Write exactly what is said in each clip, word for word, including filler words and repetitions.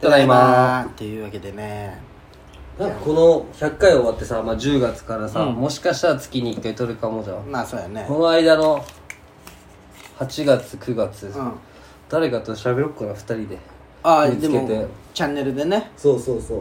ただいまというわけでね、 なんかこのひゃっかい終わってさ、まあ、じゅうがつからさ、 うん、 もしかしたら月にいっかい撮るかもじゃん。 まあそうやね。 この間のはちがつくがつ、 うん、 誰かと喋ろっかなふたりでああ見つけて。 でもチャンネルでね。 そうそうそう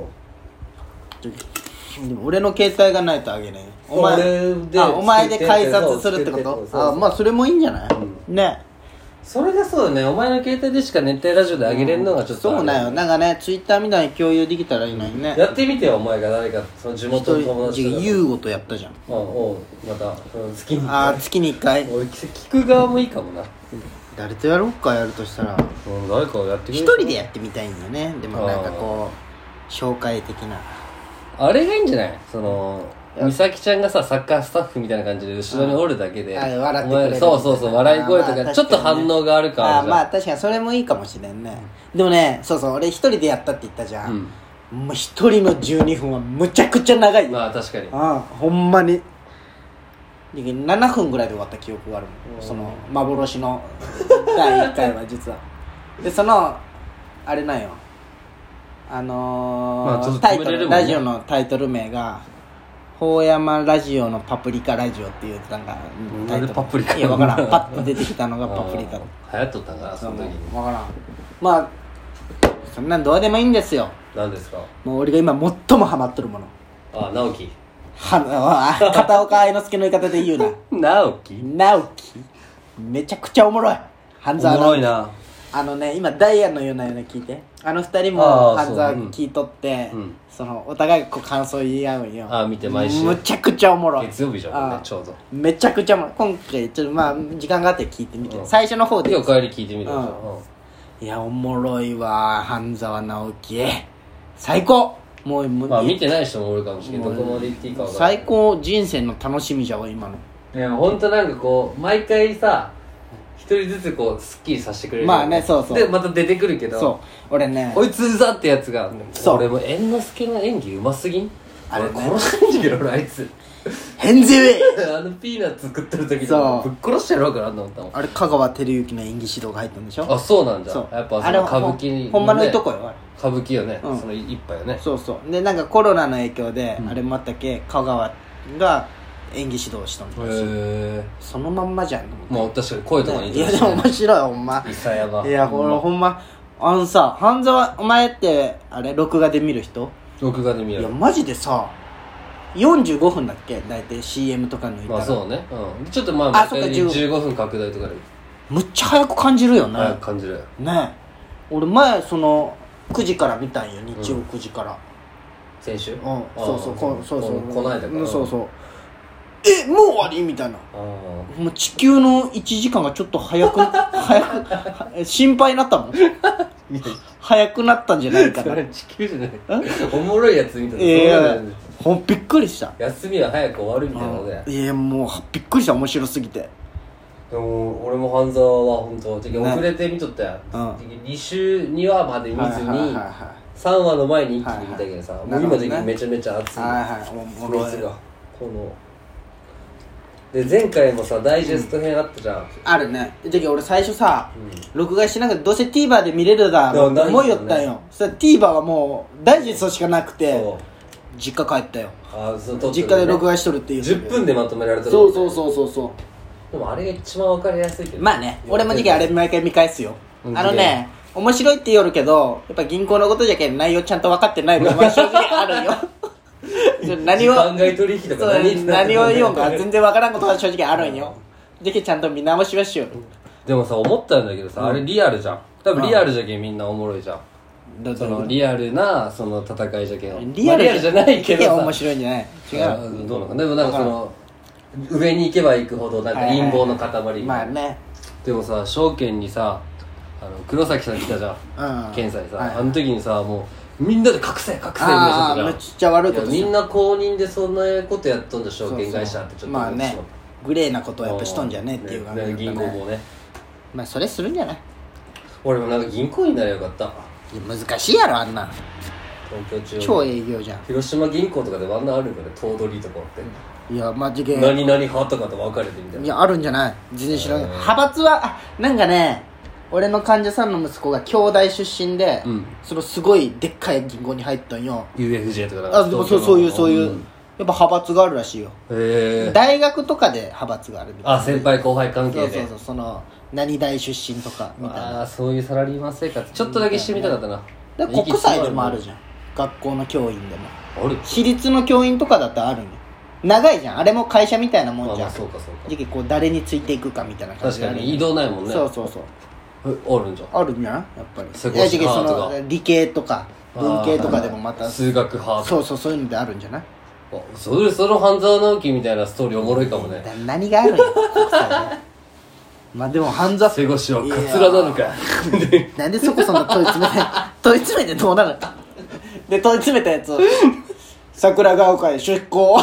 でも俺の携帯がないとあげねえ。お前俺であお前で改札するってこそうと。 そうそうあまあそれもいいんじゃない、うん、ね。 それでそうだね、お前の携帯でしか熱帯ラジオであげれるのがちょっと、 うん、そうだよ。なんかね、ツイッターみたいに共有できたらいいのにね。 やってみてよ、お前が誰かその地元の友達とか。 優吾とやったじゃん。 あおうまた、うん、月にいっかい。 ああ月にいっかい。 俺聞く側もいいかもな。 誰とやろうか、やるとしたら、 うん、誰かやってくれる。 一人でやってみたいんだよね。でもなんかこう紹介的なあれがいいんじゃない？その美咲ちゃんがさ、サッカースタッフみたいな感じで後ろにおるだけで、 あ笑ってくれる。 そうそうそう、笑い声とか、 まあちょっと反応があるから。 あまあ確かにそれもいいかもしれんね、うん、でもね、そうそう、俺一人でやったって言ったじゃん、うん、もう一人のじゅうにふんはむちゃくちゃ長いよ。 まあ確かに。 ああほんまにななふんぐらいで終わった記憶があるもん、うん、その幻のだいいっかいは実はでそのあれなんよ、あのーまあ、タイトル、ラジオのタイトル名が法山ラジオのパプリカラジオっていうなんかタイトル。 パプリカいや分からん、パッと出てきたのがパプリカ流行っとったんかな、その時に。 分からん。まあそんなんどうでもいいんですよ。 何ですか？ もう俺が今最もハマっとるもの。 あ、直樹。 は片岡愛之助の言い方で言うな。 直樹直樹めちゃくちゃおもろい。半沢おもろいな。 あのね、今ダイヤのようなような聞いて、あの二人も半沢聞いとって、そ,、うん、そのお互いこう感想言い合うんよ。 ああ見て毎週むちゃくちゃおもろい。 月曜日じゃんね、ちょうどめちゃくちゃおもろい。今回ちょっとまあ時間があって聞いてみて、うん、最初の方で今日帰り聞いてみて、うん、 いやおもろいわ。半沢直樹最高。もうまあ見てない人もおるかもしれない。どこまで言っていいか分からない。最高。人生の楽しみじゃわ今の。 いやほんとなんかこう毎回さ一人ずつこうスッキリさせてくれる。 まあね、そうそう。 でまた出てくるけど、 そう俺ねこいつうざってやつが、 そう俺も猿之助の演技うますぎん。 あれ、ね、 俺殺したんだけど俺あいつ変ぜえあのピーナッツ作ってる時とかぶっ殺してやろうかなと思ったもん。 あれ香川照之の演技指導が入ったんでしょ。 あ、そうなんだ。やっぱその歌舞伎に、 ね、ほんまのいとこよあれ。 歌舞伎よね、 うん、 その一杯よね。 そうそう。でなんかコロナの影響で、うん、あれもあったっけ、香川が演技指導したんだし、へそのまんまじゃん。 まあ確かに声とかに似てるし、ね、いやでも面白いほんま。 伊佐山。 いやほらほんまあのさ、半沢お前ってあれ録画で見る人？ 録画で見る。 いやマジでさよんじゅうごふんだっけ大体 シーエム とか抜いたら。 まあそうね、うん、ちょっとまああそっかじゅうごふん拡大とかでむっちゃ早く感じるよね。 早く感じるね。俺前そのくじから見たんよ、日曜くじから、うん、 先週。うんそうそうこそうそうこの間か、 うん、そうそうえもう終わりみたいな。もう地球のいちじかんがちょっと早く早く心配になったもん早くなったんじゃないかな。 地球じゃないおもろいやつ見たら、 えー、ほんびっくりした。 休みは早く終わるみたいなので、 いやもうびっくりした、面白すぎて。 でも俺も半沢は本当遅れて見とったよ、うん、に週にわまで見ずにさんわの前に一気に見たけどさ、はいはい、もう今時期めちゃめちゃ熱い、はいはい、おもろいがこので前回もさダイジェスト編あったじゃん、うん、 あるね。じゃあ俺最初さ、うん、録画しながらどうせ TVer で見れるだろうって思いよったんよ。そしたら TVer はもうダイジェストしかなくて実家帰ったよ。 あそう撮ってるね、 実家で録画しとるっていうじゅっぷんでまとめられてる、 そうそうそうそうそう。 でもあれが一番分かりやすいけど、 まあね、俺も時期あれ毎回見返すよ。あのね、面白いって言うけどやっぱ銀行のことじゃけん内容ちゃんと分かってない部分は正直あるよ何を考え取引とか何, 何を言おうか全然分からんことは正直あるんよ。じゃけんちゃんと見直しましょう。 でもさ思ったんだけどさ、うん、あれリアルじゃん。多分リアルじゃけんみんなおもろいじゃん。そのリアルなその戦いじゃけんリアル、まあ、リアルじゃないけどさ面白いんじゃない。違う。 どうなのか。でもなんかその上に行けば行くほどなんか陰謀の塊みたいな、はいはい、まあね。でもさ証券にさあの黒崎さん来たじゃん、うん、検査にさ、はいはい、あの時にさもうみんなで隠せ隠せみたいなじゃん。 めっちゃ悪いことみんな公認でそんなことやっとんだ証券会社ってちょっとまあねグレーなことをやっぱしとんじゃねえっていう感じ、ねね、銀行もね。 まあそれするんじゃない。 俺もなんか銀行員になればよかった。 いや難しいやろあんな東京中超営業じゃん。 広島銀行とかであんなあるんかね頭取とかって、 うん、いやマジで何々派とかと分かれてみたいな。 いやあるんじゃない全然知らない。派閥はあなんかね俺の患者さんの息子が兄弟出身で、うん、そのすごいでっかい銀行に入ったんよ。 ユーエフジェー とかだからあでもそうそういうそういう、うん、やっぱ派閥があるらしいよ。へえ。大学とかで派閥があるみたいな。 あ先輩後輩関係で。 そうそうそう、その何大出身とかみたいな。 ああそういうサラリーマン生活ちょっとだけしてみたかったな。 で国際でもあるじゃん、学校の教員でもある。私立の教員とかだったらあるんよ。長いじゃん、あれも会社みたいなもんじゃん。あ、まあ、そうかそうか。じゃこう誰についていくかみたいな感じで。 確かに移動ないもんね。 そうそうそう。 あるんじゃん。 あるんじゃんやっぱり。その理系とか文系とかでもまた数学派。 そうそう、そういうのであるんじゃない。 あそれその半沢直樹みたいなストーリーおもろいかもね。 何があるんやまあでも半沢背腰はカツラなのかなんでそこそんな問い詰めて問い詰めてどうなるかで問い詰めたやつを桜ヶ丘へ出向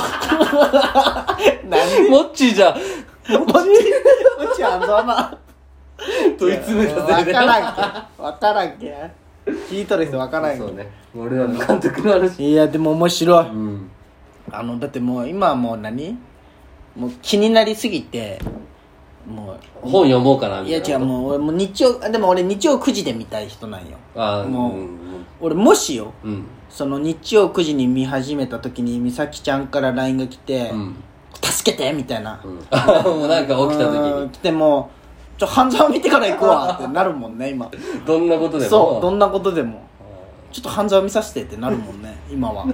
なんでモッチーじゃんモッチーモッチー半沢な問い詰めたせいで分からんけ分からんけ聞いとる人分からんけそうね俺らの監督の話。 いやでも面白い、うん、あのだってもう今はもう何もう気になりすぎてもう本読もうかなみたいな。 いや違うもう俺もう日曜でも俺日曜くじで見たい人なんよ。あもう、うん、俺もしよ、うん、その日曜くじに見始めた時に美咲ちゃんから ライン が来て、うん、助けてみたいな、うん、 もうなんか起きた時に来てもちょ半沢見てから行くわってなるもんね今どんなことでもそうどんなことでもちょっと半沢見させてってなるもんね今は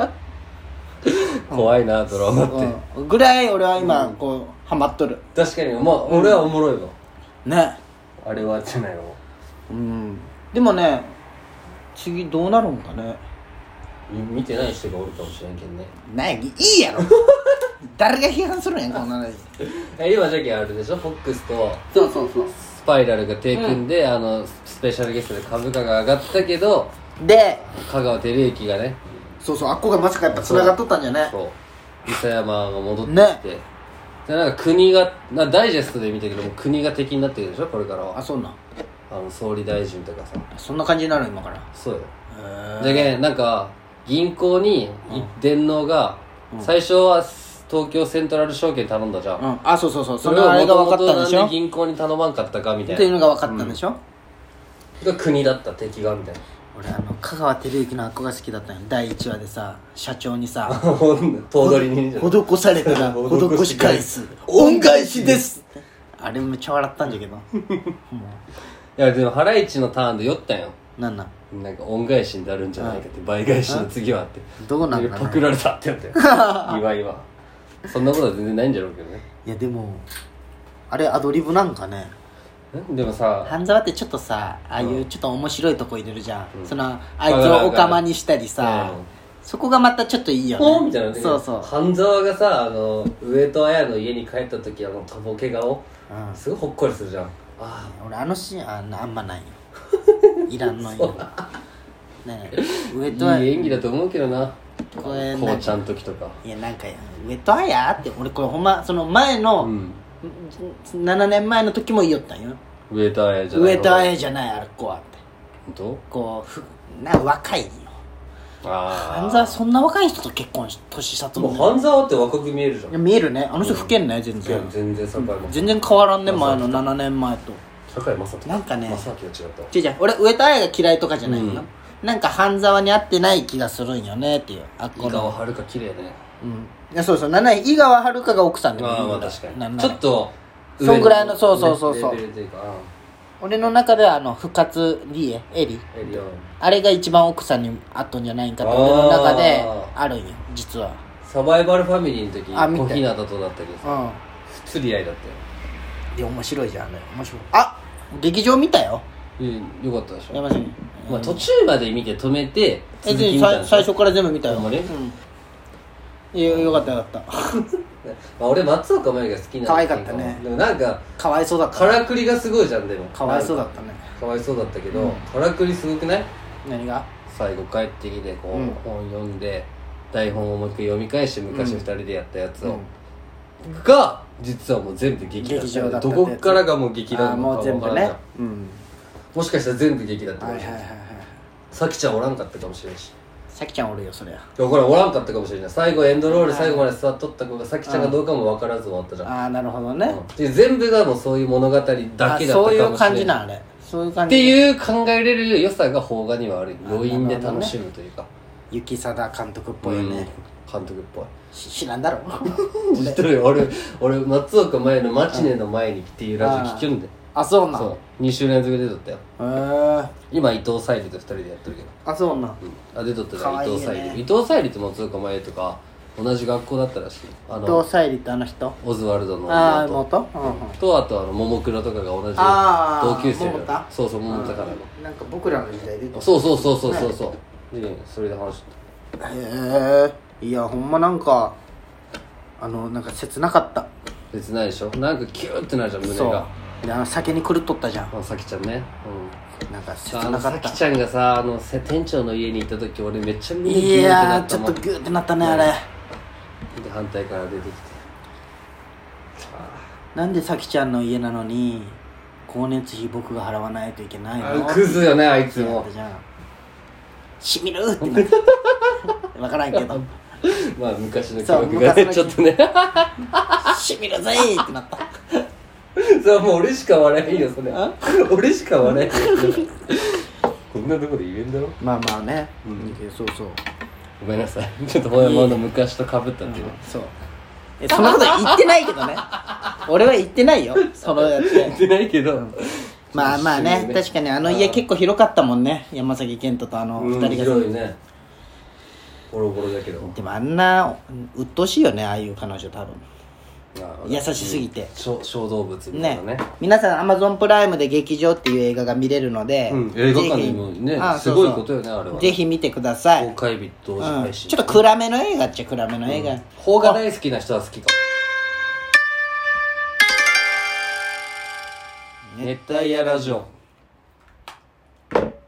怖いなドラマって、 うん、ぐらい俺は今こう、うん、ハマっとる。 確かにまあ俺はおもろいわ、 うん、ねあれはじゃないわ。 うんでもね次どうなるんかね。 見てない人がおるかもしれんけんね。 なんやいいやろ誰が批判するんやんこんなの今じゃけあるでしょフォックスとそうそうそうスパイラルが手組んで、うん、あのスペシャルゲストで株価が上がったけどで香川照之がねそうそうあっこがまさかやっぱ繋がっとったんじゃね。 そう伊佐山が戻ってきて、ね、でなんか国がなダイジェストで見たけども国が敵になってるでしょこれからは。 あそうなんあの総理大臣とかさそんな感じになる今から。 そうよ。でねなんか銀行に電納が、うん、最初は東京セントラル証券頼んだじゃん、うん、 あそうそうそうそれはあれが分かったんでしょ。 なんで銀行に頼まんかったかみたいなっていうのが分かったんでしょ、 うん、が国だった敵がみたいな。 俺あの香川照之のあっこが好きだったんよ。だいいちわでさ社長にさ頭取に施されたら施し返す恩返しですあれめっちゃ笑ったんじゃけどいやでもハライチのターンで酔ったんよ。 なんなんなんか恩返しになるんじゃないかって倍返しの次はってどうなんだパクられたってやったよ岩井はそんなことは全然ないんじゃろうけどね。 いやでもあれアドリブなんかね。 でもさ半沢ってちょっとさああいうちょっと面白いとこ入れるじゃん、うん、そのあいつをオカマにしたりさ、うん、そこがまたちょっといいよね。 ほーみたいな、ね、 そうそう半沢がさあの上戸彩の家に帰った時あのとぼけ顔、うん、すごいほっこりするじゃん。 あ俺あのシーン あ, あんまないよいらんのよねえ上戸彩いい演技だと思うけどなこれこうちゃん時とか。 いやなんか上戸彩って俺これほんまその前の、うんななねんまえの時も言いよったんよ。 上戸彩じゃない上戸彩じゃないあれ子はって本当こうふな若いよ。あ半沢そんな若い人と結婚し年差ともう半沢って若く見えるじゃん。 いや見えるねあの人老けんね、うん、全然全然堺雅全然変わらんね前のななねんまえと。 堺雅人なんかね正明は違った違う違う俺上戸彩が嫌いとかじゃないの、うん、なんか半沢に合ってない気がするんよねっていうあっこの井川遥綺麗ね。 うんいやそうそうなな井川遥が奥さんでもいいんだ。 ああまあ確かにちょっとそんぐらいのそうそうそうそう俺の中ではあの深津理恵エリあれが一番奥さんにあっとんじゃないんかと俺の中であるんよ実は。 サバイバルファミリーの時小日向とだったけどさ、うん、釣り合いだったよ。 で面白いじゃんあれ面白い。あ劇場見たよ。 えよかったでしょ。 やばい、 まあ、途中まで見て止めて続き見たんでしょ。最初から全部見たよ。 ほんまに、 うんいやよかったよかったまあ俺松岡茉優が好きなんだけど可愛かったね。 でもなんかかわいそうだった、 ね、からくりがすごいじゃん。でもかわいそうだったね。 かわいそうだったけど、うん、からくりすごくない？ 何が？ 最後帰ってきてこう、うん、本読んで台本をもう一回読み返して昔二人でやったやつを、うん、が実はもう全部劇だった。どこからがもう劇だったのか分からないじゃん、うん、もしかしたら全部劇だったかもしれない。さきちゃんおらんかったかもしれないし。 さきちゃんおるよそれや。 いやこれおらんかったかもしれない。最後エンドロール最後まで座っとった子がさきちゃんがどうかも分からず終わったじゃん。 ああなるほどね、 うん、で全部がもうそういう物語だけだったかもしれない。 あそういう感じなんあれ。 そういう感じってじいう考えれる良さが邦画にはある。余韻で楽しむというか、 雪貞監督っぽいよね、うん、 監督っぽい。 知らんだろ知ってるよ。俺俺松岡茉優のマチネの前にっていうラジオ聞きよんで。 あ、そうなん。 そうに週連続で出とったよ。 へえ。 今伊藤沙莉とふたりでやってるけど。 あ、そうなん、うん、 あ、出とったから伊藤沙莉、ね、伊藤沙莉と松岡茉優とか同じ学校だったらしい。 あの伊藤沙莉ってあの人、 オズワルドのああ妹、うん、 とあとあのももクロとかが同じ同級生だ。そうそう、桃田からのなんか僕らの時代でそうそうそうそうそうそう、ね、でそれで話した。 へえ。いやほんまなんかあのなんか切なかった。 切ないでしょ。なんかキューってなるじゃん胸が。 であの酒に狂っとったじゃん、 あさきちゃんね、 うん、なんか切なかった。 さきちゃんがさ、あの店長の家に行った時俺めっちゃ胸ギューってなったもん。いやーちょっとグーってなったね、あれ。で反対から出てきて、 なんでさきちゃんの家なのに光熱費僕が払わないといけないの。 あクズよねあいつも。 しみるってなって分からんけどまあ昔の記憶がねちょっとねしみるぜーってなったそれはもう俺しか笑えんよそれ。俺しか笑えんよこんなとこで言えんだろ。 まあまあね、うん、そうそうごめんなさいちょっとほやまの昔と被ったっていう、うん、 そうえそんなこと言ってないけどね俺は言ってないよそのやつ言ってないけど、うん、 まあまあね、確かにあの家結構広かったもんね、山崎賢人とあの二人が、うん、 広いね。ボロボロだけどでもあんな鬱陶しいよね、ああいう彼女多分優しすぎて、 小動物みたいな ね, ね皆さん Amazon プライムで劇場っていう映画が見れるので、 うん、映画館にもねすごいことよね。あれはぜひ見てください。 公開日同時配信、 うん、ちょっと暗めの映画っちゃ暗めの映画、 邦画、うん、大好きな人は好きかも。熱帯夜ラジオ。